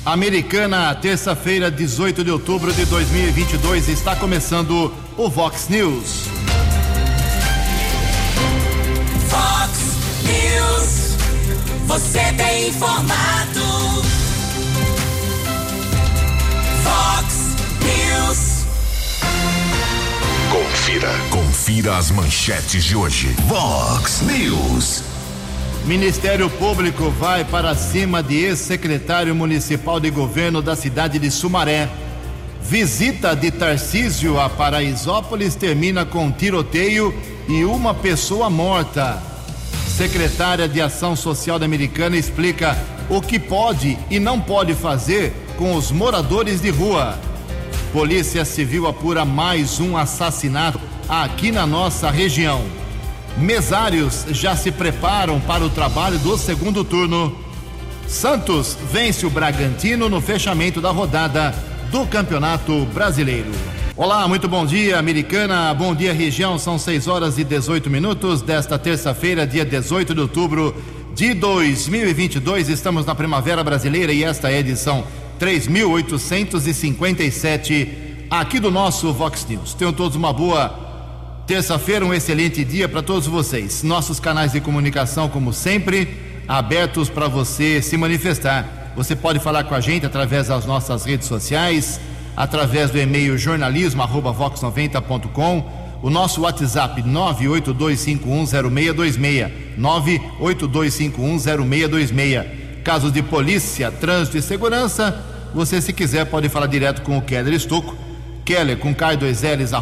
Americana, terça-feira, 18 de outubro de 2022, está começando o Vox News. Vox News, você bem informado. Vox News. Confira as manchetes de hoje. Vox News. Ministério Público vai para cima de ex-secretário municipal de governo da cidade de Sumaré. Visita de Tarcísio a Paraisópolis termina com tiroteio e uma pessoa morta. Secretária de Ação Social da Americana explica o que pode e não pode fazer com os moradores de rua. Polícia Civil apura mais um assassinato aqui na nossa região. Mesários já se preparam para o trabalho do segundo turno. Santos vence o Bragantino no fechamento da rodada do Campeonato Brasileiro. Olá, muito bom dia, Americana, bom dia, região. São 6:18 desta terça-feira, dia 18 de outubro de 2022. Estamos na Primavera Brasileira e esta é a edição 3857 aqui do nosso Vox News. Tenham todos uma boa terça-feira, um excelente dia para todos vocês. Nossos canais de comunicação, como sempre, abertos para você se manifestar. Você pode falar com a gente através das nossas redes sociais, através do e-mail jornalismo@vox90.com, o nosso WhatsApp 982510626, 982510626. Casos de polícia, trânsito e segurança, você, se quiser, pode falar direto com o Keller Estocco, Keller com K2Ls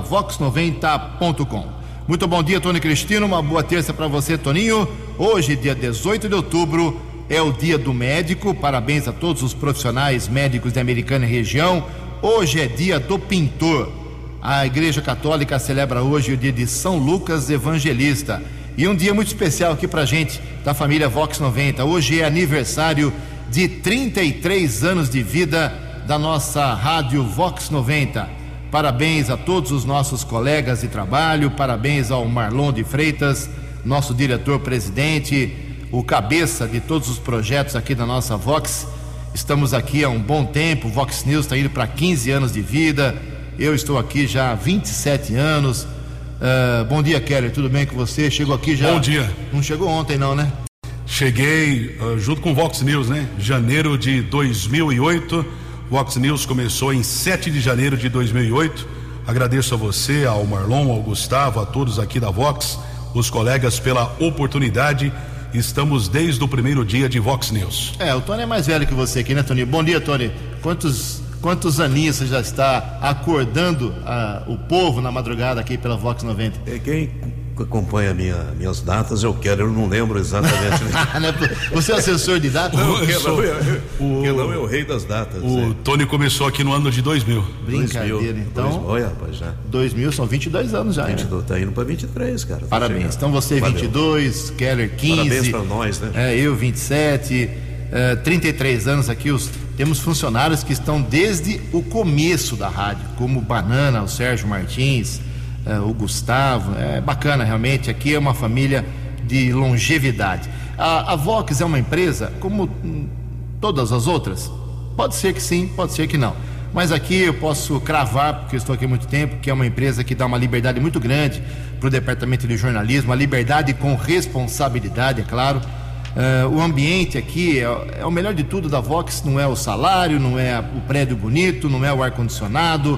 @vox90.com. Muito bom dia, Tony Cristino, uma boa terça para você, Toninho. Hoje, dia 18 de outubro, é o dia do médico. Parabéns a todos os profissionais médicos de Americana e região. Hoje é dia do pintor. A Igreja Católica celebra hoje o dia de São Lucas Evangelista. E um dia muito especial aqui pra gente, da família Vox 90. Hoje é aniversário de 33 anos de vida da nossa rádio Vox 90. Parabéns a todos os nossos colegas de trabalho, parabéns ao Marlon de Freitas, nosso diretor-presidente, o cabeça de todos os projetos aqui da nossa Vox. Estamos aqui há um bom tempo, o Vox News está indo para 15 anos de vida, eu estou aqui já há 27 anos. Bom dia, Keller, tudo bem com você? Chegou aqui já? Bom dia. Não chegou ontem não, né? Cheguei junto com o Vox News, né? Janeiro de 2008. Vox News começou em 7 de janeiro de 2008. Agradeço a você, ao Marlon, ao Gustavo, a todos aqui da Vox, os colegas, pela oportunidade. Estamos desde o primeiro dia de Vox News. O Tony é mais velho que você aqui, né, Tony? Bom dia, Tony. Quantos aninhos você já está acordando o povo na madrugada aqui pela Vox 90? Quem acompanha minhas datas, eu não lembro exatamente. Você é assessor de datas? Não, é o rei das datas. O Tony começou aqui no ano de 2000. Brincadeira, então. Olha, rapaz, já. 2000 são 22 anos já. 22, tá indo para 23, cara. Parabéns. Então você 22, Keller 15. Parabéns para nós, né? Eu 27, 33 anos aqui. Temos funcionários que estão desde o começo da rádio, como o Banana, o Sérgio Martins, o Gustavo. É bacana, realmente. Aqui é uma família de longevidade. A Vox é uma empresa como todas as outras? Pode ser que sim, pode ser que não, mas aqui eu posso cravar, porque eu estou aqui há muito tempo, que é uma empresa que dá uma liberdade muito grande para o departamento de jornalismo, a liberdade com responsabilidade, é claro. O ambiente aqui é o melhor de tudo da Vox. Não é o salário, não é o prédio bonito, não é o ar-condicionado,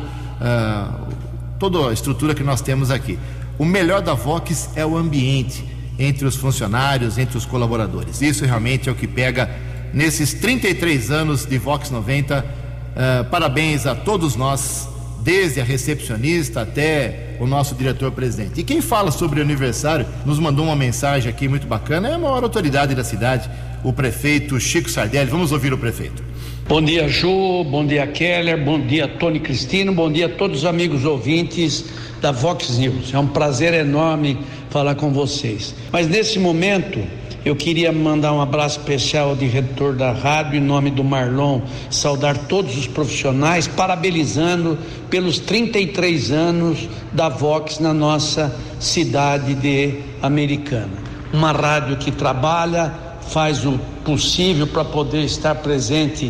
toda a estrutura que nós temos aqui. O melhor da Vox é o ambiente entre os funcionários, entre os colaboradores. Isso realmente é o que pega nesses 33 anos de Vox 90. Parabéns a todos nós, desde a recepcionista até o nosso diretor-presidente. E quem fala sobre o aniversário, nos mandou uma mensagem aqui muito bacana, é a maior autoridade da cidade, o prefeito Chico Sardelli. Vamos ouvir o prefeito. Bom dia, Ju, bom dia, Keller, bom dia, Tony Cristino, bom dia a todos os amigos ouvintes da Vox News. É um prazer enorme falar com vocês. Mas nesse momento, eu queria mandar um abraço especial ao diretor da rádio, em nome do Marlon, saudar todos os profissionais, parabenizando pelos 33 anos da Vox na nossa cidade de Americana. Uma rádio que trabalha, faz o possível para poder estar presente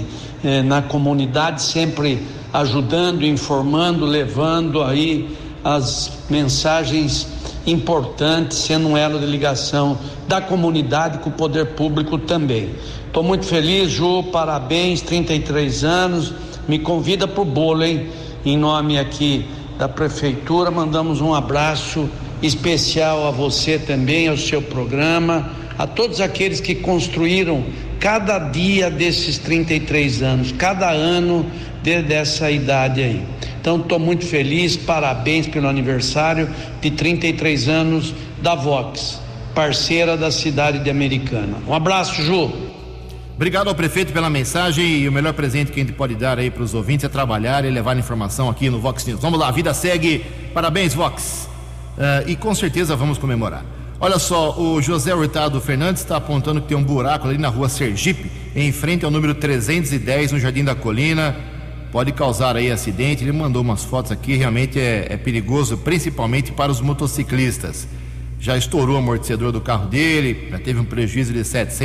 na comunidade, sempre ajudando, informando, levando aí as mensagens importantes, sendo um elo de ligação da comunidade com o poder público também. Estou muito feliz, Ju, parabéns, 33 anos, me convida pro bolo, hein? Em nome aqui da prefeitura, mandamos um abraço especial a você também, ao seu programa, a todos aqueles que construíram cada dia desses 33 anos, cada ano dessa idade aí. Então estou muito feliz, parabéns pelo aniversário de 33 anos da Vox, parceira da cidade de Americana. Um abraço, Ju. Obrigado ao prefeito pela mensagem, e o melhor presente que a gente pode dar aí para os ouvintes é trabalhar e levar informação aqui no Vox News. Vamos lá, a vida segue. Parabéns, Vox. E com certeza vamos comemorar. Olha só, o José Hurtado Fernandes está apontando que tem um buraco ali na rua Sergipe, em frente ao número 310, no Jardim da Colina. Pode causar aí acidente. Ele mandou umas fotos aqui, realmente é perigoso, principalmente para os motociclistas. Já estourou o amortecedor do carro dele, já teve um prejuízo de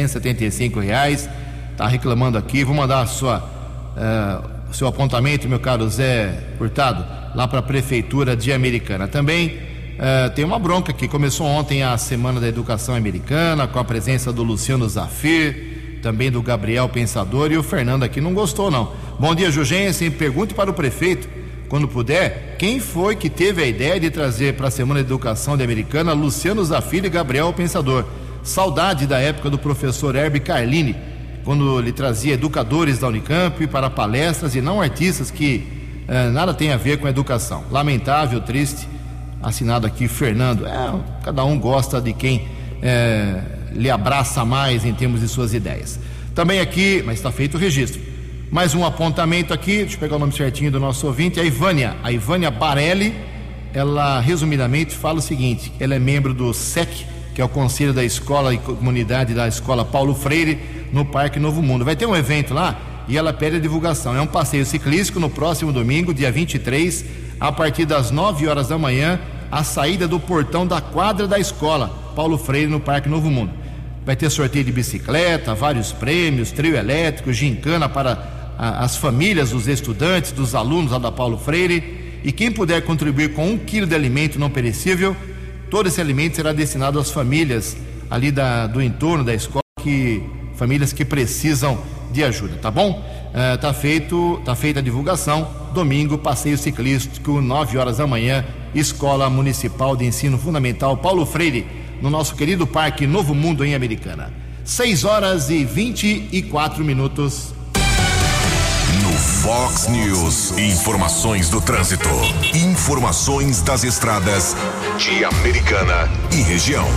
R$775. Está reclamando aqui. Vou mandar o seu apontamento, meu caro Zé Hurtado, lá para a Prefeitura de Americana. Também tem uma bronca que começou ontem a Semana da Educação Americana, com a presença do Luciano Zafir, também do Gabriel Pensador, e o Fernando aqui não gostou não. Bom dia, Jugensen. Pergunte para o prefeito, quando puder, quem foi que teve a ideia de trazer para a Semana de Educação de Americana Luciano Zafir e Gabriel Pensador. Saudade da época do professor Herbie Carlini, quando ele trazia educadores da Unicamp para palestras e não artistas que nada tem a ver com a educação. Lamentável, triste. Assinado aqui, Fernando. Cada um gosta de quem lhe abraça mais em termos de suas ideias. Também aqui, mas está feito o registro, mais um apontamento aqui, deixa eu pegar o nome certinho do nosso ouvinte, a Ivânia Barelli. Ela resumidamente fala o seguinte: ela é membro do SEC, que é o Conselho da Escola e Comunidade da Escola Paulo Freire, no Parque Novo Mundo. Vai ter um evento lá e ela pede a divulgação. É um passeio ciclístico no próximo domingo, dia 23, a partir das 9 horas da manhã, a saída do portão da quadra da escola Paulo Freire, no Parque Novo Mundo. Vai ter sorteio de bicicleta, vários prêmios, trio elétrico, gincana para as famílias dos estudantes, dos alunos lá da Paulo Freire. E quem puder contribuir com 1 quilo de alimento não perecível, todo esse alimento será destinado às famílias ali do entorno da escola, famílias que precisam de ajuda, tá bom? Tá feita a divulgação. Domingo, passeio ciclístico, 9 horas da manhã, Escola Municipal de Ensino Fundamental Paulo Freire, no nosso querido Parque Novo Mundo, em Americana. 6 horas e 24 minutos. No Vox News, informações do trânsito, informações das estradas de Americana e região.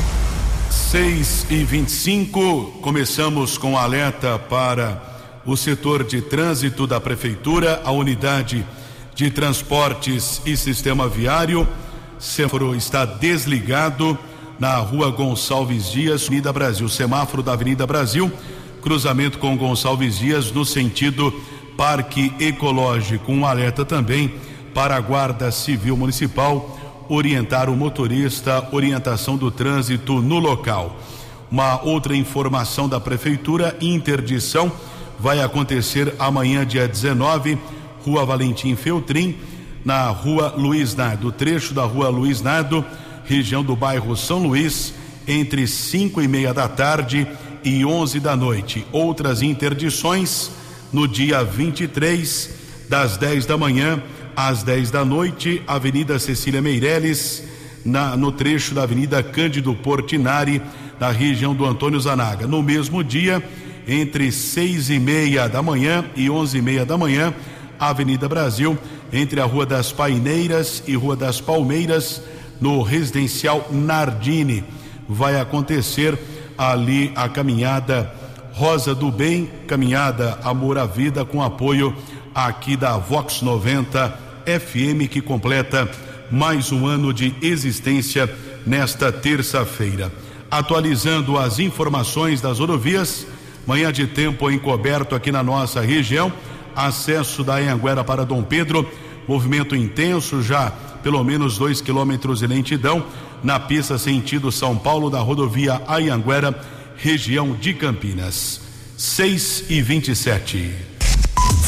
6h25, começamos com alerta para o setor de trânsito da Prefeitura, a unidade de transportes e sistema viário. Semáforo está desligado na rua Gonçalves Dias, Avenida Brasil, semáforo da Avenida Brasil, cruzamento com Gonçalves Dias no sentido Parque Ecológico. Um alerta também para a Guarda Civil Municipal orientar o motorista, orientação do trânsito no local. Uma outra informação da Prefeitura: interdição vai acontecer amanhã, dia 19, Rua Valentim Feltrin, na Rua Luiz Nardo, trecho da Rua Luiz Nardo, região do bairro São Luís, entre 5:30 da tarde e 11 da noite. Outras interdições no dia 23, das 10 da manhã às 10 da noite, Avenida Cecília Meireles, no trecho da Avenida Cândido Portinari, na região do Antônio Zanaga. No mesmo dia, entre 6:30 da manhã e 11:30 da manhã, Avenida Brasil, entre a Rua das Paineiras e Rua das Palmeiras, no residencial Nardini. Vai acontecer ali a caminhada Rosa do Bem, caminhada Amor à Vida, com apoio aqui da Vox 90 FM, que completa mais um ano de existência nesta terça-feira. Atualizando as informações das rodovias, manhã de tempo encoberto aqui na nossa região, acesso da Anhanguera para Dom Pedro, movimento intenso, já pelo menos 2 quilômetros de lentidão na pista sentido São Paulo da rodovia Anhanguera, região de Campinas. 6:27.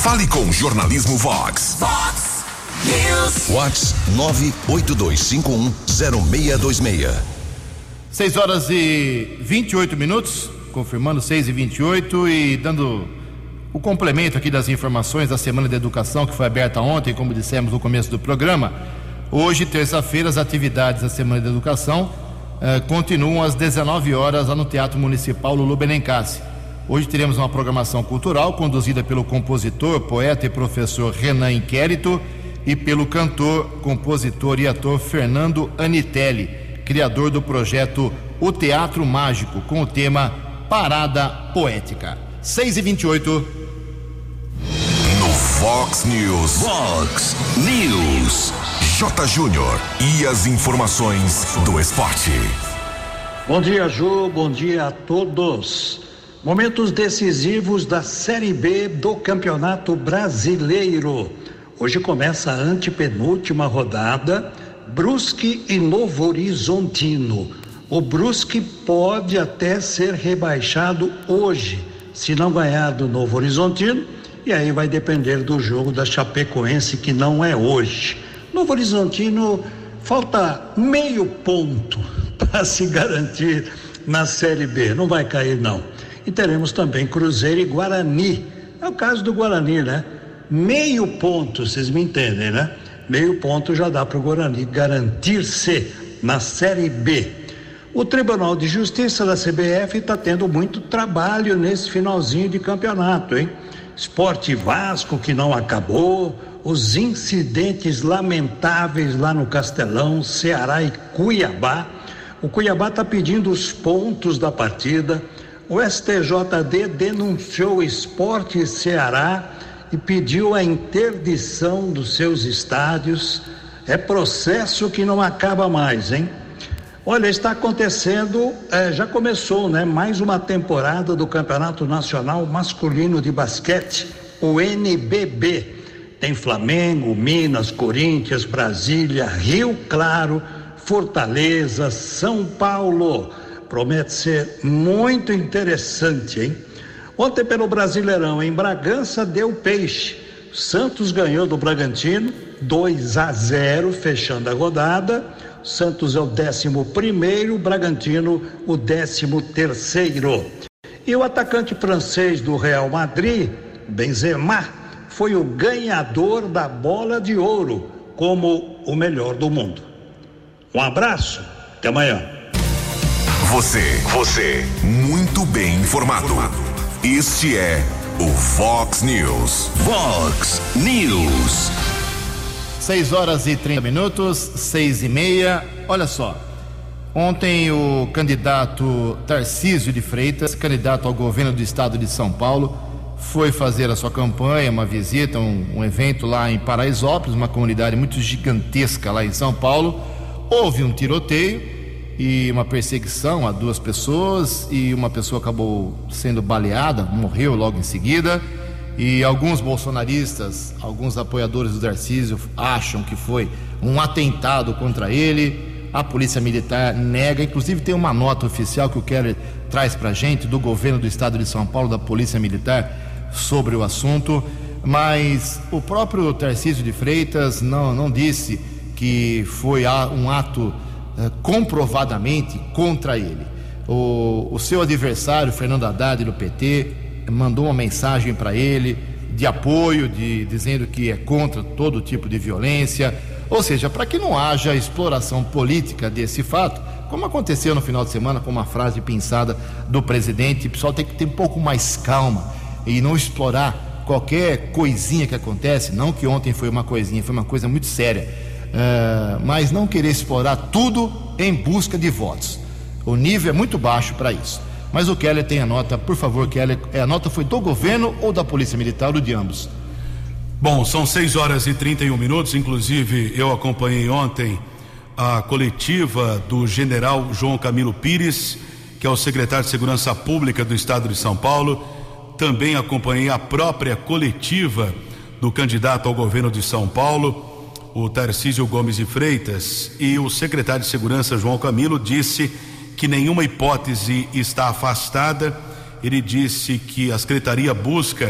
Fale com o Jornalismo Vox. Vox News. Vox 982510626. 6 horas e 28 minutos, confirmando 6h28 e dando o complemento aqui das informações da Semana de Educação que foi aberta ontem, como dissemos no começo do programa. Hoje, terça-feira, as atividades da Semana de Educação continuam às 19 horas lá no Teatro Municipal Lulu Benincassi. Hoje teremos uma programação cultural conduzida pelo compositor, poeta e professor Renan Inquérito e pelo cantor, compositor e ator Fernando Anitelli, criador do projeto O Teatro Mágico, com o tema Parada Poética. 6h28. No Vox News. Vox News. J. Júnior e as informações do esporte. Bom dia, Ju. Bom dia a todos. Momentos decisivos da Série B do Campeonato Brasileiro. Hoje começa a antepenúltima rodada, Brusque e Novo Horizontino. O Brusque pode até ser rebaixado hoje, se não ganhar do Novo Horizontino, e aí vai depender do jogo da Chapecoense, que não é hoje. Novo Horizontino, falta meio ponto para se garantir na Série B, não vai cair não. E teremos também Cruzeiro e Guarani. É o caso do Guarani, né? Meio ponto, vocês me entendem, né? Meio ponto já dá para o Guarani garantir-se na Série B. O Tribunal de Justiça da CBF está tendo muito trabalho nesse finalzinho de campeonato, hein? Sport Vasco, que não acabou, os incidentes lamentáveis lá no Castelão, Ceará e Cuiabá. O Cuiabá está pedindo os pontos da partida. O STJD denunciou o Sport Ceará e pediu a interdição dos seus estádios. É processo que não acaba mais, hein? Olha, está acontecendo, já começou, né? Mais uma temporada do Campeonato Nacional Masculino de Basquete, o NBB. Tem Flamengo, Minas, Corinthians, Brasília, Rio Claro, Fortaleza, São Paulo. Promete ser muito interessante, hein? Ontem pelo Brasileirão, em Bragança deu peixe. Santos ganhou do Bragantino, 2-0, fechando a rodada. Santos é o 11º, Bragantino o 13º. E o atacante francês do Real Madrid, Benzema, foi o ganhador da Bola de Ouro, como o melhor do mundo. Um abraço, até amanhã. Você, muito bem informado. Este é o Vox News. Vox News. 6 horas e 30 minutos, 6h30. Olha só, ontem o candidato Tarcísio de Freitas, candidato ao governo do estado de São Paulo, foi fazer a sua campanha, uma visita, um evento lá em Paraisópolis, uma comunidade muito gigantesca lá em São Paulo. Houve um tiroteio e uma perseguição a 2 pessoas, e uma pessoa acabou sendo baleada, morreu logo em seguida. E alguns bolsonaristas, alguns apoiadores do Tarcísio acham que foi um atentado contra ele. A Polícia Militar nega, inclusive tem uma nota oficial que o Keller traz pra gente do governo do estado de São Paulo, da Polícia Militar, sobre o assunto. Mas o próprio Tarcísio de Freitas não disse que foi um ato comprovadamente contra ele. O seu adversário, Fernando Haddad, do PT, mandou uma mensagem para ele de apoio, dizendo que é contra todo tipo de violência, ou seja, para que não haja exploração política desse fato, como aconteceu no final de semana com uma frase pensada do presidente. O pessoal tem que ter um pouco mais calma e não explorar qualquer coisinha que acontece. Não que ontem foi uma coisinha, foi uma coisa muito séria, mas não querer explorar tudo em busca de votos. O nível é muito baixo para isso. Mas o Keller tem a nota, por favor, Keller. A nota foi do governo ou da Polícia Militar, ou de ambos? Bom, são 6 horas e 31 minutos. Inclusive, eu acompanhei ontem a coletiva do general João Camilo Pires, que é o secretário de Segurança Pública do estado de São Paulo. Também acompanhei a própria coletiva do candidato ao governo de São Paulo, o Tarcísio Gomes de Freitas, e o secretário de Segurança João Camilo disse que nenhuma hipótese está afastada. Ele disse que a Secretaria busca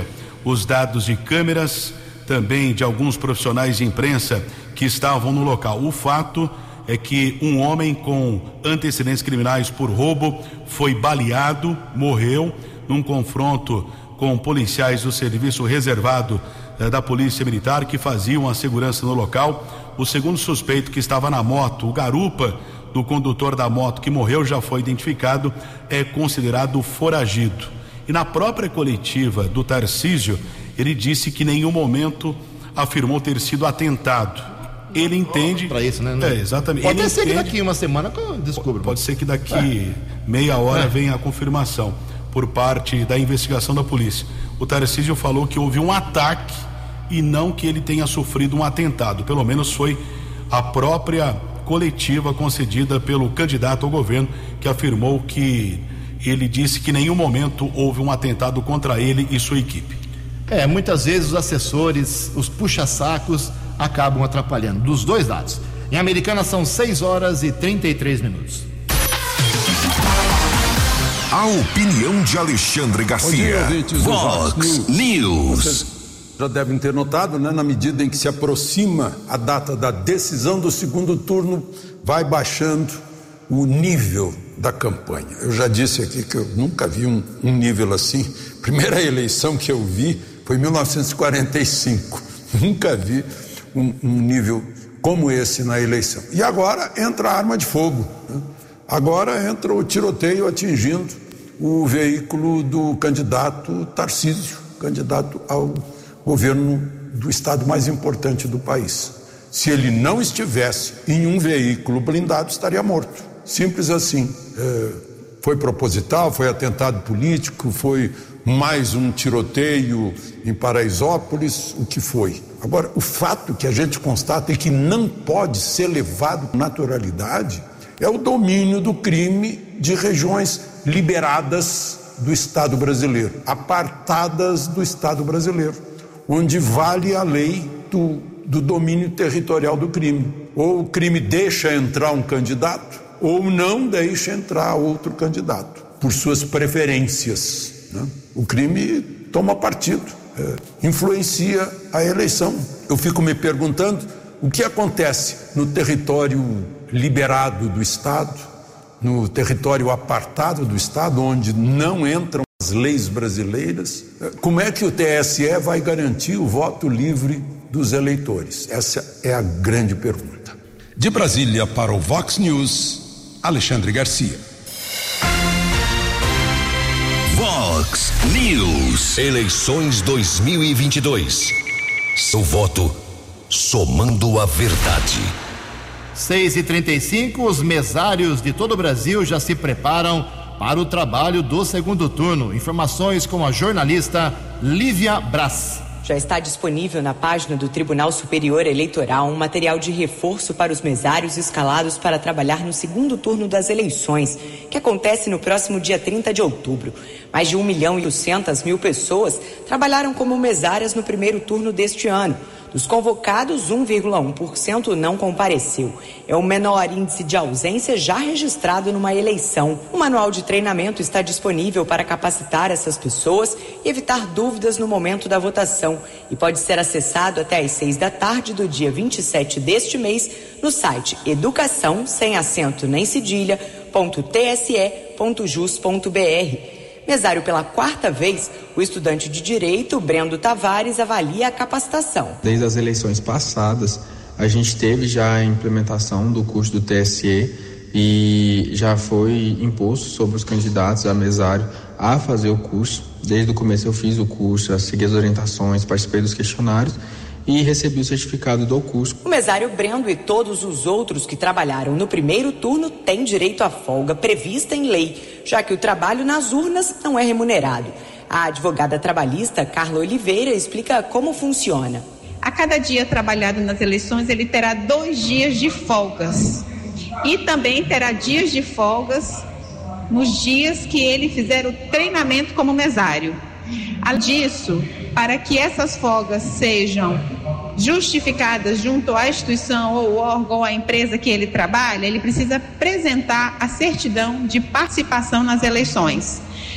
os dados de câmeras, também de alguns profissionais de imprensa que estavam no local. O fato é que um homem com antecedentes criminais por roubo foi baleado, morreu num confronto com policiais do serviço reservado da Polícia Militar que faziam a segurança no local. O segundo suspeito que estava na moto, o garupa do condutor da moto que morreu, já foi identificado, é considerado foragido. E na própria coletiva do Tarcísio, ele disse que em nenhum momento afirmou ter sido atentado. Ele entende. Para isso, né? Exatamente. Pode ser que daqui uma semana descubra. Pode ser que daqui meia hora venha a confirmação por parte da investigação da polícia. O Tarcísio falou que houve um ataque e não que ele tenha sofrido um atentado. Pelo menos foi a própria coletiva concedida pelo candidato ao governo, que afirmou que ele disse que em nenhum momento houve um atentado contra ele e sua equipe. Muitas vezes os assessores, os puxa-sacos acabam atrapalhando, dos dois lados. Em Americana são 6h33. A opinião de Alexandre Garcia. Vox News. Vocês já devem ter notado, né? Na medida em que se aproxima a data da decisão do segundo turno, vai baixando o nível da campanha. Eu já disse aqui que eu nunca vi um nível assim. Primeira eleição que eu vi foi em 1945. Nunca vi um nível como esse na eleição. E agora entra a arma de fogo, né? Agora entra o tiroteio atingindo o veículo do candidato Tarcísio, candidato ao governo do estado mais importante do país. Se ele não estivesse em um veículo blindado, estaria morto. Simples assim. Foi proposital, foi atentado político, foi mais um tiroteio em Paraisópolis, o que foi. Agora, o fato que a gente constata e que não pode ser levado com naturalidade é o domínio do crime de regiões liberadas do Estado brasileiro, apartadas do Estado brasileiro, onde vale a lei do domínio territorial do crime. Ou o crime deixa entrar um candidato, ou não deixa entrar outro candidato, por suas preferências, né? O crime toma partido, influencia a eleição. Eu fico me perguntando o que acontece no território liberado do Estado, no território apartado do Estado, onde não entram as leis brasileiras. Como é que o TSE vai garantir o voto livre dos eleitores? Essa é a grande pergunta. De Brasília para o Vox News, Alexandre Garcia. Vox News. Eleições 2022. Seu voto somando a verdade. 6h35, os mesários de todo o Brasil já se preparam para o trabalho do segundo turno. Informações com a jornalista Lívia Braz. Já está disponível na página do Tribunal Superior Eleitoral um material de reforço para os mesários escalados para trabalhar no segundo turno das eleições, que acontece no próximo dia 30 de outubro. Mais de 1.800.000 pessoas trabalharam como mesárias no primeiro turno deste ano. Dos convocados, 1,1% não compareceu. É o menor índice de ausência já registrado numa eleição. O manual de treinamento está disponível para capacitar essas pessoas e evitar dúvidas no momento da votação e pode ser acessado até às 6h do dia 27 deste mês no site educação, sem acento nem cedilha, .tse.jus.br. Mesário pela quarta vez, o estudante de Direito, Brendo Tavares, avalia a capacitação. Desde as eleições passadas, a gente teve já a implementação do curso do TSE e já foi imposto sobre os candidatos a mesário a fazer o curso. Desde o começo eu fiz o curso, segui as orientações, participei dos questionários e recebi o certificado do curso. O mesário Brendo e todos os outros que trabalharam no primeiro turno têm direito à folga prevista em lei, já que o trabalho nas urnas não é remunerado. A advogada trabalhista Carla Oliveira explica como funciona. A cada dia trabalhado nas eleições, ele terá 2 dias de folgas e também terá dias de folgas nos dias que ele fizer o treinamento como mesário. Além disso, para que essas folgas sejam justificadas junto à instituição ou órgão ou à empresa que ele trabalha, ele precisa apresentar a certidão de participação nas eleições.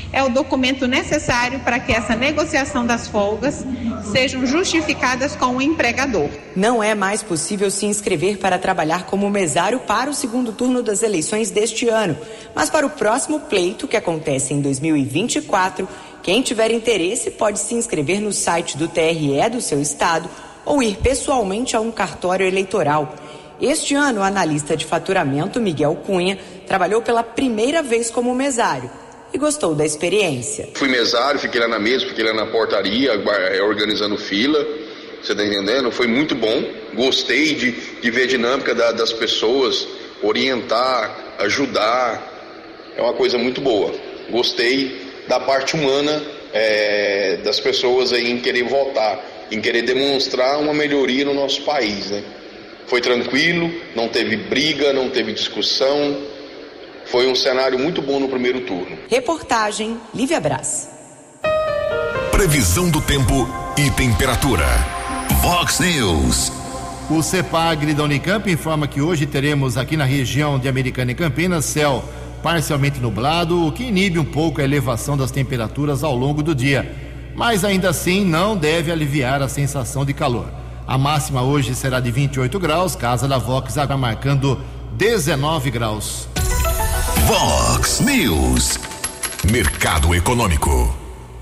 é o documento necessário para que essa negociação das folgas sejam justificadas com o empregador. Não é mais possível se inscrever para trabalhar como mesário para o segundo turno das eleições deste ano, mas para o próximo pleito, que acontece em 2024, quem tiver interesse pode se inscrever no site do TRE do seu estado ou ir pessoalmente a um cartório eleitoral. Este ano, o analista de faturamento Miguel Cunha trabalhou pela primeira vez como mesário e gostou da experiência. Fui mesário, fiquei lá na mesa, fiquei lá na portaria, organizando fila, você tá entendendo? Foi muito bom, gostei de ver a dinâmica das pessoas, orientar, ajudar, é uma coisa muito boa. Gostei da parte humana das pessoas aí em querer votar, em querer demonstrar uma melhoria no nosso país, né? Foi tranquilo, não teve briga, não teve discussão. Foi um cenário muito bom no primeiro turno. Reportagem Lívia Braz. Previsão do tempo e temperatura. Vox News. O CEPAGRE da Unicamp informa que hoje teremos aqui na região de Americana e Campinas céu parcialmente nublado, o que inibe um pouco a elevação das temperaturas ao longo do dia. Mas ainda assim não deve aliviar a sensação de calor. A máxima hoje será de 28 graus, Casa da Vox está marcando 19 graus. Vox News. Mercado Econômico.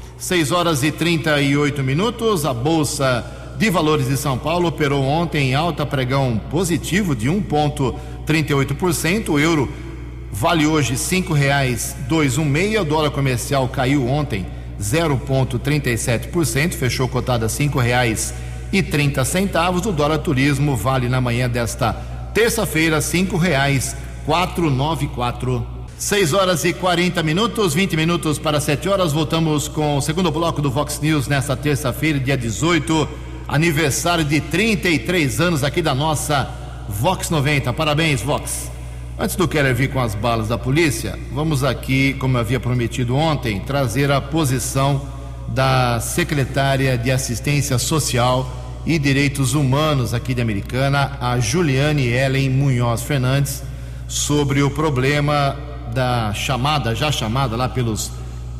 6h38. A Bolsa de Valores de São Paulo operou ontem em alta, pregão positivo de 1,38%. O euro vale hoje R$ 5,216. O dólar comercial caiu ontem 0,37%, fechou cotado a R$ 5,30. O dólar turismo vale na manhã desta terça-feira R$ 5,494. 6h40, 20 minutos para 7 horas. Voltamos com o segundo bloco do Vox News nesta terça-feira, dia 18, aniversário de 33 anos aqui da nossa Vox 90. Parabéns, Vox. Antes do Keller vir com as balas da polícia, vamos aqui, como eu havia prometido ontem, trazer a posição da secretária de Assistência Social e Direitos Humanos aqui de Americana, a Juliane Ellen Munhoz Fernandes, sobre o problema da chamada lá pelos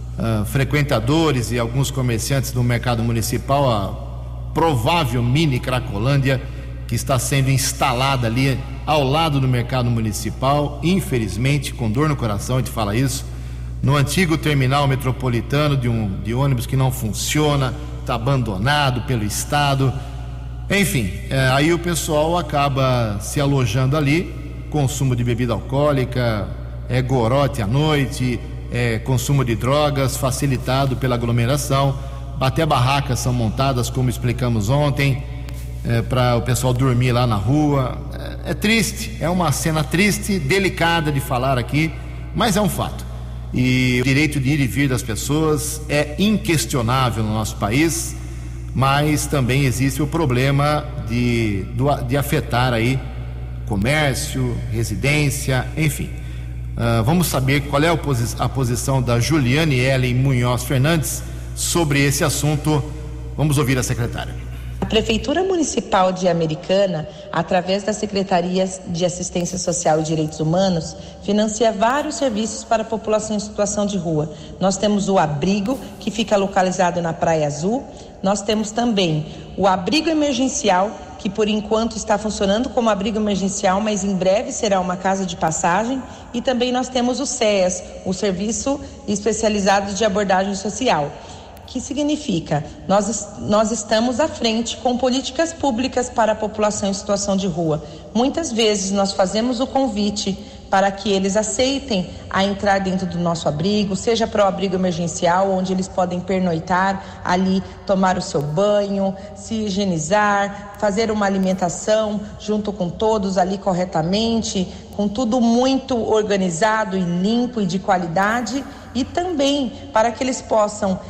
frequentadores e alguns comerciantes do mercado municipal, a provável mini Cracolândia que está sendo instalada ali ao lado do mercado municipal, infelizmente, com dor no coração a gente fala isso, no antigo terminal metropolitano de ônibus que não funciona, está abandonado pelo Estado. Enfim, aí o pessoal acaba se alojando ali, consumo de bebida alcoólica, gorote à noite, consumo de drogas facilitado pela aglomeração. Até barracas são montadas, como explicamos ontem, para o pessoal dormir lá na rua. É triste, é uma cena triste, delicada de falar aqui, mas é um fato. E o direito de ir e vir das pessoas é inquestionável no nosso país, mas também existe o problema de afetar aí comércio, residência, enfim. Vamos saber qual é a posição da Juliane Ellen Munhoz Fernandes sobre esse assunto. Vamos ouvir a secretária. A Prefeitura Municipal de Americana, através da Secretaria de Assistência Social e Direitos Humanos, financia vários serviços para a população em situação de rua. Nós temos o abrigo, que fica localizado na Praia Azul. Nós temos também o abrigo emergencial, que por enquanto está funcionando como abrigo emergencial, mas em breve será uma casa de passagem. E também nós temos o SEAS, o Serviço Especializado de Abordagem Social, que significa nós estamos à frente com políticas públicas para a população em situação de rua. Muitas vezes nós fazemos o convite para que eles aceitem a entrar dentro do nosso abrigo, seja para o abrigo emergencial, onde eles podem pernoitar ali, tomar o seu banho, se higienizar, fazer uma alimentação junto com todos ali corretamente, com tudo muito organizado e limpo e de qualidade, e também para que eles possam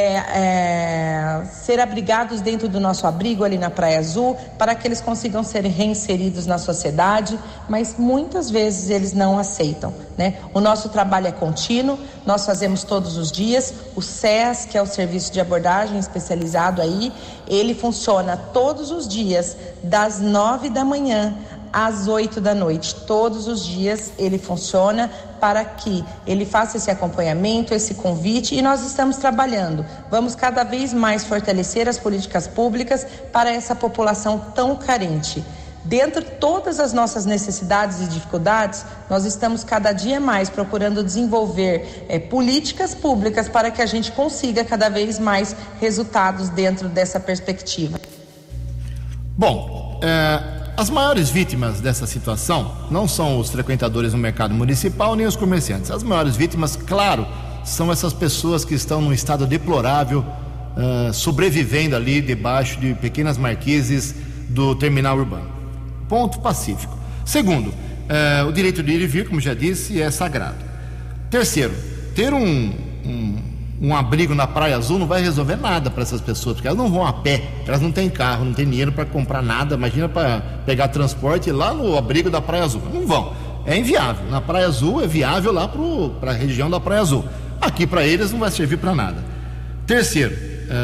ser abrigados dentro do nosso abrigo ali na Praia Azul, para que eles consigam ser reinseridos na sociedade, mas muitas vezes eles não aceitam, né? O nosso trabalho é contínuo, nós fazemos todos os dias. O SES, que é o Serviço de Abordagem Especializado aí, ele funciona todos os dias, das 9 da manhã às 8 da noite. Todos os dias ele funciona para que ele faça esse acompanhamento, esse convite, e nós estamos trabalhando. Vamos cada vez mais fortalecer as políticas públicas para essa população tão carente. Dentro de todas as nossas necessidades e dificuldades, nós estamos cada dia mais procurando desenvolver políticas públicas para que a gente consiga cada vez mais resultados dentro dessa perspectiva. Bom, as maiores vítimas dessa situação não são os frequentadores no mercado municipal nem os comerciantes. As maiores vítimas, claro, são essas pessoas que estão num estado deplorável, sobrevivendo ali debaixo de pequenas marquises do terminal urbano. Ponto pacífico. Segundo, o direito de ir e vir, como já disse, é sagrado. Terceiro, ter um abrigo na Praia Azul não vai resolver nada para essas pessoas, porque elas não vão a pé, elas não têm carro, não têm dinheiro para comprar nada. Imagina para pegar transporte lá no abrigo da Praia Azul. Não vão, é inviável. Na Praia Azul é viável lá para a região da Praia Azul. Aqui para eles não vai servir para nada. Terceiro,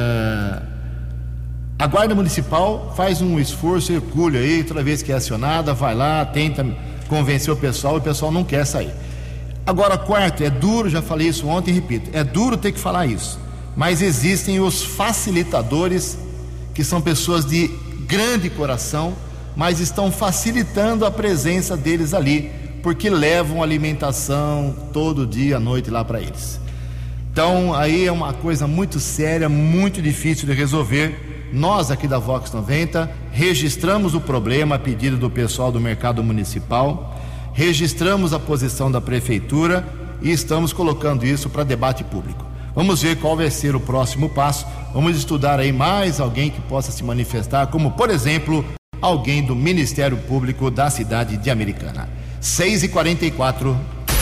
a Guarda Municipal faz um esforço hercúleo aí, toda vez que é acionada, vai lá, tenta convencer o pessoal, e o pessoal não quer sair. Agora, quarto, é duro, já falei isso ontem e repito, é duro ter que falar isso, mas existem os facilitadores, que são pessoas de grande coração, mas estão facilitando a presença deles ali, porque levam alimentação todo dia à noite lá para eles. Então, aí é uma coisa muito séria, muito difícil de resolver. Nós aqui da Vox 90 registramos o problema a pedido do pessoal do mercado municipal, registramos a posição da prefeitura e estamos colocando isso para debate público. Vamos ver qual vai ser o próximo passo. Vamos estudar aí mais alguém que possa se manifestar, como por exemplo, alguém do Ministério Público da cidade de Americana. 6h44.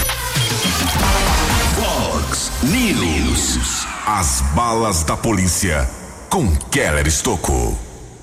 Vox News. As balas da polícia com Keller Estocco.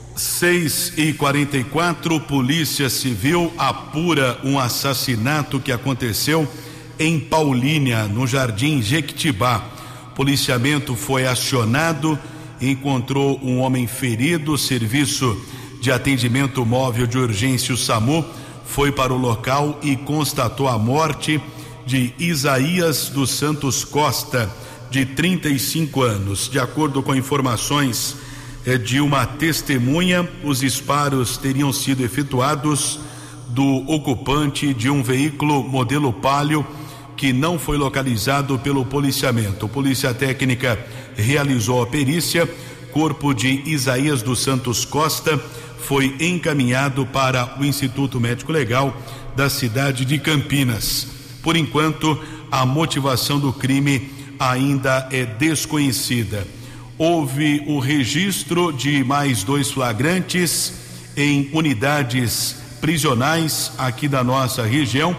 6h44, Polícia Civil apura um assassinato que aconteceu em Paulínia, no Jardim Jequitibá. Policiamento foi acionado, encontrou um homem ferido. O Serviço de Atendimento Móvel de Urgência, o SAMU, foi para o local e constatou a morte de Isaías dos Santos Costa, de 35 anos. De acordo com informações de uma testemunha, os disparos teriam sido efetuados do ocupante de um veículo modelo Palio que não foi localizado pelo policiamento. Polícia Técnica realizou a perícia. Corpo de Isaías dos Santos Costa foi encaminhado para o Instituto Médico Legal da cidade de Campinas. Por enquanto, a motivação do crime ainda é desconhecida. Houve o registro de mais 2 flagrantes em unidades prisionais aqui da nossa região.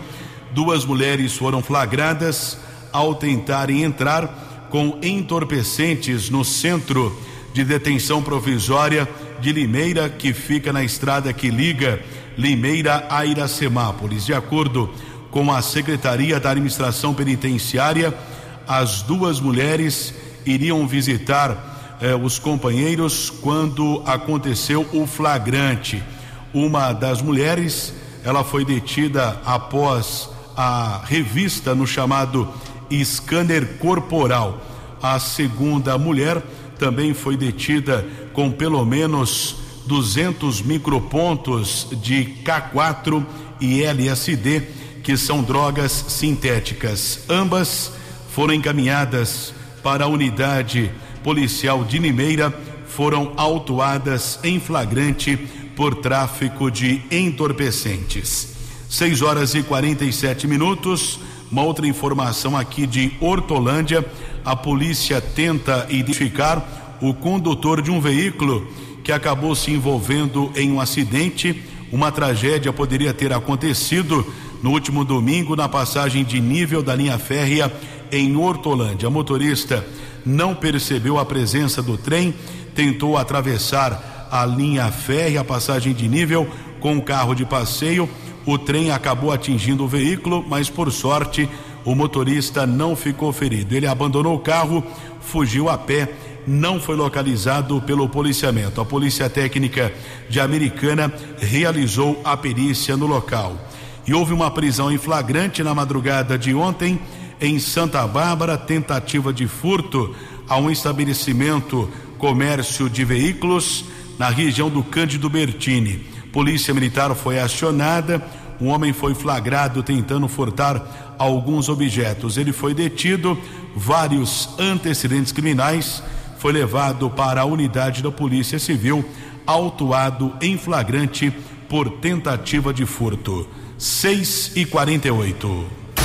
2 mulheres foram flagradas ao tentarem entrar com entorpecentes no centro de detenção provisória de Limeira, que fica na estrada que liga Limeira a Iracemápolis. De acordo com a Secretaria da Administração Penitenciária, as 2 mulheres iriam visitar os companheiros quando aconteceu o flagrante. Uma das mulheres, ela foi detida após a revista no chamado scanner corporal. A segunda mulher também foi detida com pelo menos 200 micropontos de K4 e LSD, que são drogas sintéticas. Ambas foram encaminhadas para a unidade policial de Limeira, foram autuadas em flagrante por tráfico de entorpecentes. 6h47. Uma outra informação aqui de Hortolândia: a polícia tenta identificar o condutor de um veículo que acabou se envolvendo em um acidente. Uma tragédia poderia ter acontecido no último domingo na passagem de nível da linha férrea em Hortolândia. A motorista não percebeu a presença do trem, tentou atravessar a linha férrea, a passagem de nível, com um carro de passeio. O trem acabou atingindo o veículo, mas por sorte o motorista não ficou ferido. Ele abandonou o carro, fugiu a pé, não foi localizado pelo policiamento. A Polícia Técnica de Americana realizou a perícia no local. E houve uma prisão em flagrante na madrugada de ontem em Santa Bárbara, tentativa de furto a um estabelecimento comércio de veículos na região do Cândido Bertini. Polícia Militar foi acionada, um homem foi flagrado tentando furtar alguns objetos. Ele foi detido, vários antecedentes criminais, foi levado para a unidade da Polícia Civil, autuado em flagrante por tentativa de furto. 6h48.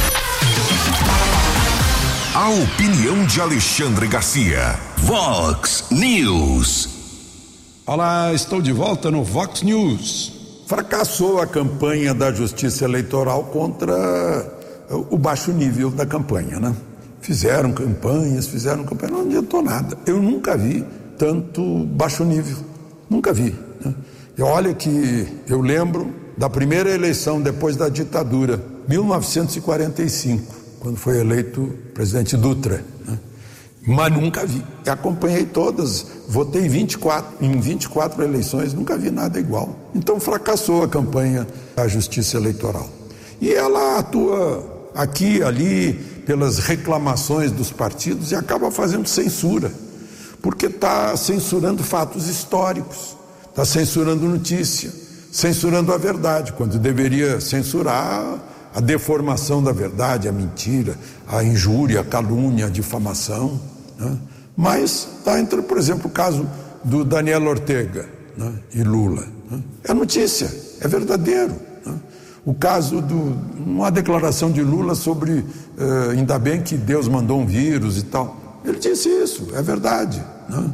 A opinião de Alexandre Garcia. Vox News. Olá, estou de volta no Vox News. Fracassou a campanha da Justiça Eleitoral contra o baixo nível da campanha, né? Fizeram campanhas, não adiantou nada. Eu nunca vi tanto baixo nível, nunca vi, né? E olha que eu lembro da primeira eleição depois da ditadura, 1945, quando foi eleito o presidente Dutra, né? Mas nunca vi. Eu acompanhei todas, votei em 24 eleições, nunca vi nada igual. Então fracassou a campanha da Justiça Eleitoral. E ela atua aqui e ali pelas reclamações dos partidos e acaba fazendo censura, porque está censurando fatos históricos, está censurando notícia, censurando a verdade, quando deveria censurar a deformação da verdade, a mentira, a injúria, a calúnia, a difamação, né? Mas está entre, por exemplo, o caso do Daniel Ortega, né? E Lula, né? É notícia, é verdadeiro, né? O caso uma declaração de Lula sobre ainda bem que Deus mandou um vírus e tal, ele disse isso, é verdade, né?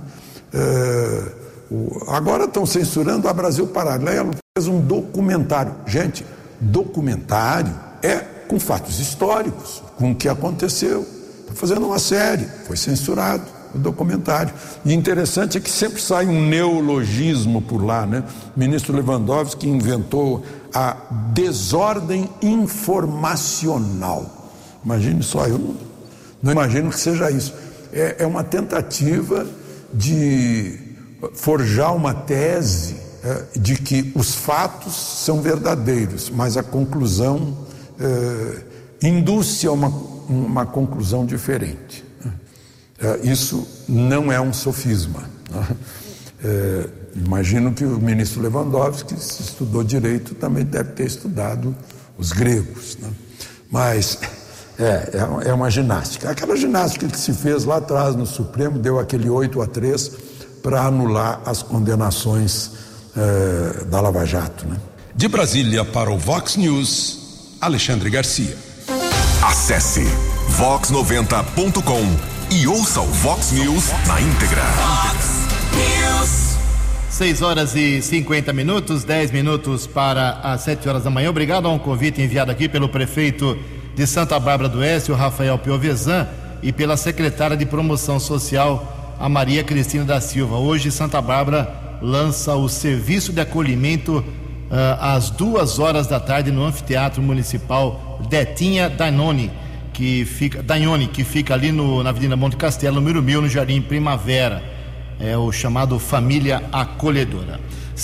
Agora estão censurando a Brasil Paralelo, fez um documentário. Gente, documentário é com fatos históricos, com o que aconteceu. Está fazendo uma série, foi censurado o documentário. E interessante é que sempre sai um neologismo por lá, né? O ministro Lewandowski inventou a desordem informacional. Imagine só, eu não imagino que seja isso. É uma tentativa de forjar uma tese de que os fatos são verdadeiros, mas a conclusão induz a uma conclusão diferente. Isso não é um sofisma, né? Imagino que o ministro Lewandowski, se estudou direito, também deve ter estudado os gregos, né? Mas é uma ginástica. Aquela ginástica que se fez lá atrás no Supremo, deu aquele 8-3 para anular as condenações da Lava Jato, né? De Brasília para o Vox News, Alexandre Garcia. Acesse vox90.com e ouça o Vox News na íntegra. 6h50, 10 minutos para as 7 horas da manhã. Obrigado a um convite enviado aqui pelo prefeito de Santa Bárbara do Oeste, o Rafael Piovesan, e pela secretária de Promoção Social, a Maria Cristina da Silva. Hoje, Santa Bárbara lança o serviço de acolhimento às 2h da tarde no Anfiteatro Municipal Detinha Danone, que fica ali na Avenida Monte Castelo, número 1000, no Jardim Primavera. É o chamado Família Acolhedora.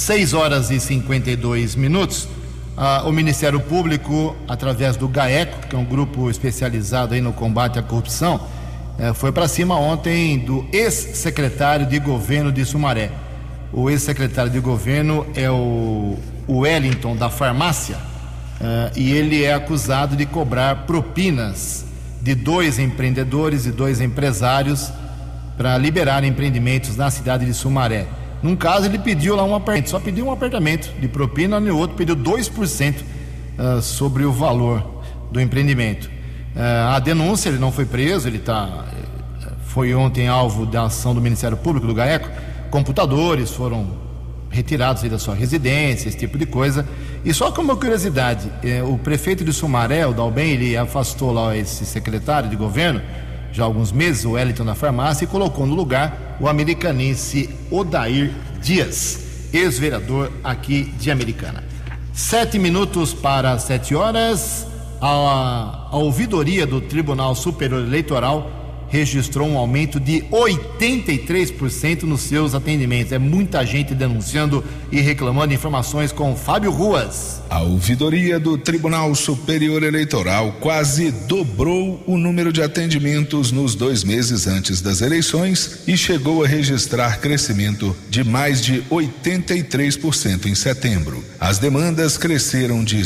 6h52. O Ministério Público, através do GAECO, que é um grupo especializado aí no combate à corrupção, foi para cima ontem do ex-secretário de governo de Sumaré. O ex-secretário de governo é o Wellington da farmácia, e ele é acusado de cobrar propinas de 2 empreendedores e 2 empresários para liberar empreendimentos na cidade de Sumaré. Num caso, ele pediu lá um apartamento, só pediu um apartamento de propina, no outro pediu 2% sobre o valor do empreendimento. A denúncia, ele não foi preso, foi ontem alvo da ação do Ministério Público, do GAECO. Computadores foram retirados aí da sua residência, esse tipo de coisa. E só como uma curiosidade, o prefeito de Sumaré, o Dalben, ele afastou lá esse secretário de governo já há alguns meses, o Wellington da farmácia, e colocou no lugar o americanense Odair Dias, ex-vereador aqui de Americana. 7 minutos para as 7 horas. A ouvidoria do Tribunal Superior Eleitoral registrou um aumento de 83% nos seus atendimentos. É muita gente denunciando e reclamando. Informações com Fábio Ruas. A ouvidoria do Tribunal Superior Eleitoral quase dobrou o número de atendimentos nos 2 meses antes das eleições e chegou a registrar crescimento de mais de 83% em setembro. As demandas cresceram de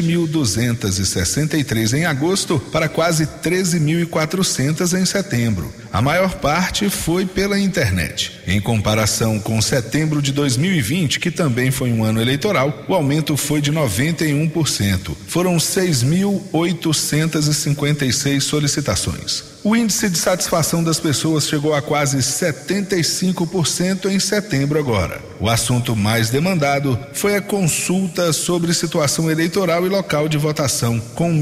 7.263 em agosto para quase 13.400 em setembro. A maior parte foi pela internet. Em comparação com setembro de 2020, que também foi um ano eleitoral, o aumento foi de 91%. Foram 6.856 solicitações. O índice de satisfação das pessoas chegou a quase 75% em setembro agora. O assunto mais demandado foi a consulta sobre situação eleitoral e local de votação, com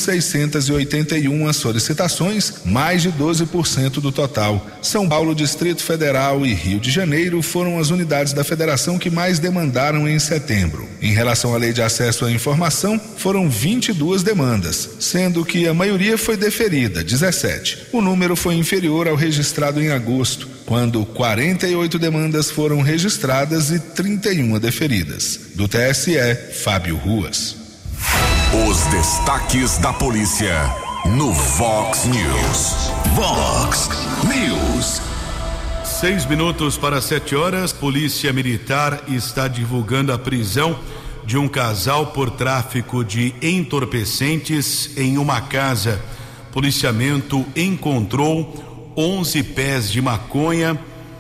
1.681 solicitações, mais de 12% do total. São Paulo, Distrito Federal e Rio de Janeiro foram as unidades da federação que mais demandaram em setembro. Em relação à lei de acesso à informação, foram 22 demandas, sendo que a maioria foi deferida, 17. O número foi inferior ao registrado em agosto, quando 48 demandas foram registradas e 31 deferidas. Do TSE, Fábio Ruas. Os destaques da polícia no Vox News. Vox News. 6 minutos para 7 horas. Polícia Militar está divulgando a prisão de um casal por tráfico de entorpecentes em uma casa. Policiamento encontrou 11 pés de maconha.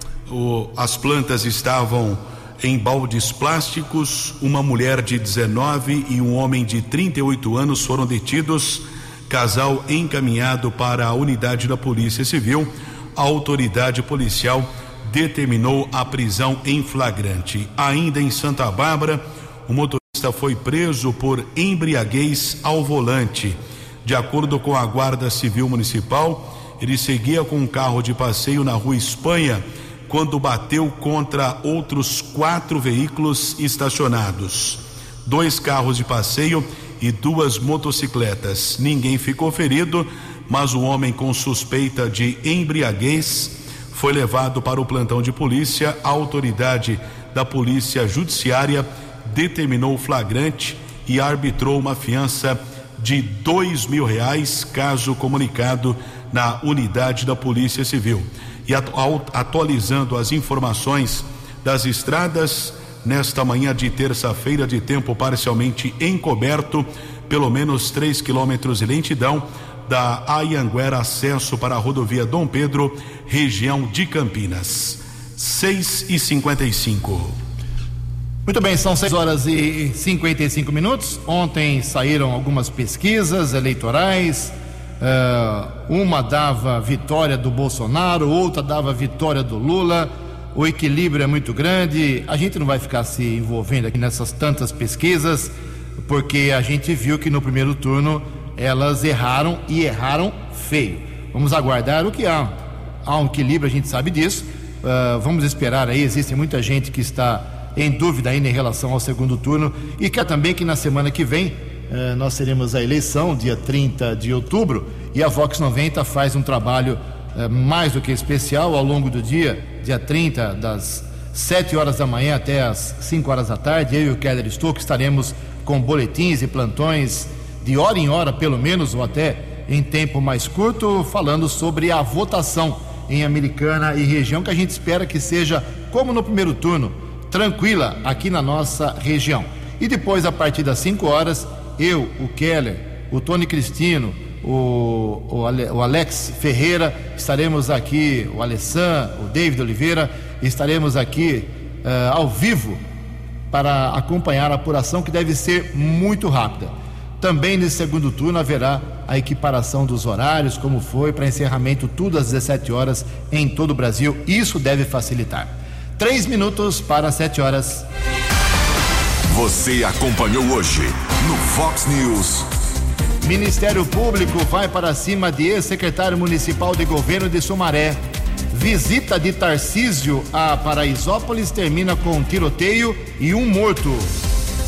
As plantas estavam em baldes plásticos. Uma mulher de 19 e um homem de 38 anos foram detidos. Casal encaminhado para a unidade da Polícia Civil. A autoridade policial determinou a prisão em flagrante. Ainda em Santa Bárbara, o motorista foi preso por embriaguez ao volante. De acordo com a Guarda Civil Municipal, ele seguia com um carro de passeio na Rua Espanha quando bateu contra outros 4 veículos estacionados. 2 carros de passeio e 2 motocicletas. Ninguém ficou ferido, mas o homem com suspeita de embriaguez foi levado para o plantão de polícia. A autoridade da Polícia Judiciária determinou o flagrante e arbitrou uma fiança de R$2.000, caso comunicado na unidade da Polícia Civil. E atualizando as informações das estradas, nesta manhã de terça-feira, de tempo parcialmente encoberto, pelo menos 3 quilômetros de lentidão da Anhanguera, acesso para a rodovia Dom Pedro, região de Campinas. 6h55. Muito bem, são 6h55. Ontem saíram algumas pesquisas eleitorais. Uma dava vitória do Bolsonaro, outra dava vitória do Lula. O equilíbrio é muito grande. A gente não vai ficar se envolvendo aqui nessas tantas pesquisas, porque a gente viu que no primeiro turno elas erraram e erraram feio. Vamos aguardar o que há. Há um equilíbrio, a gente sabe disso. Vamos esperar aí. Existe muita gente que está em dúvida ainda em relação ao segundo turno, e quer também que na semana que vem nós teremos a eleição, dia 30 de outubro, e a Vox 90 faz um trabalho mais do que especial ao longo do dia 30, das 7 horas da manhã até as 5 horas da tarde. Eu e o Keller Stuck estaremos com boletins e plantões de hora em hora, pelo menos, ou até em tempo mais curto, falando sobre a votação em Americana e região, que a gente espera que seja, como no primeiro turno, tranquila aqui na nossa região. E depois, a partir das 5 horas, eu, o Keller, o Tony Cristino, o Alex Ferreira, estaremos aqui, o Alessan, o David Oliveira, estaremos aqui ao vivo para acompanhar a apuração, que deve ser muito rápida. Também nesse segundo turno haverá a equiparação dos horários, como foi para encerramento, tudo às 17 horas em todo o Brasil. Isso deve facilitar. 3 minutos para 7 horas. Você acompanhou hoje no Vox News. Ministério Público vai para cima de ex-secretário municipal de governo de Sumaré. Visita de Tarcísio a Paraisópolis termina com tiroteio e um morto.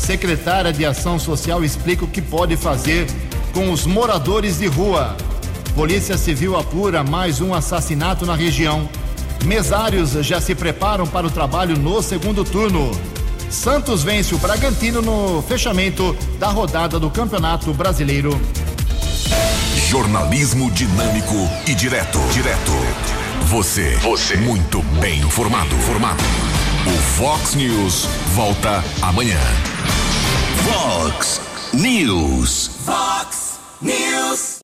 Secretária de Ação Social explica o que pode fazer com os moradores de rua. Polícia Civil apura mais um assassinato na região. Mesários já se preparam para o trabalho no segundo turno. Santos vence o Bragantino no fechamento da rodada do Campeonato Brasileiro. Jornalismo dinâmico e direto. Você muito bem informado. O Vox News volta amanhã. Vox News.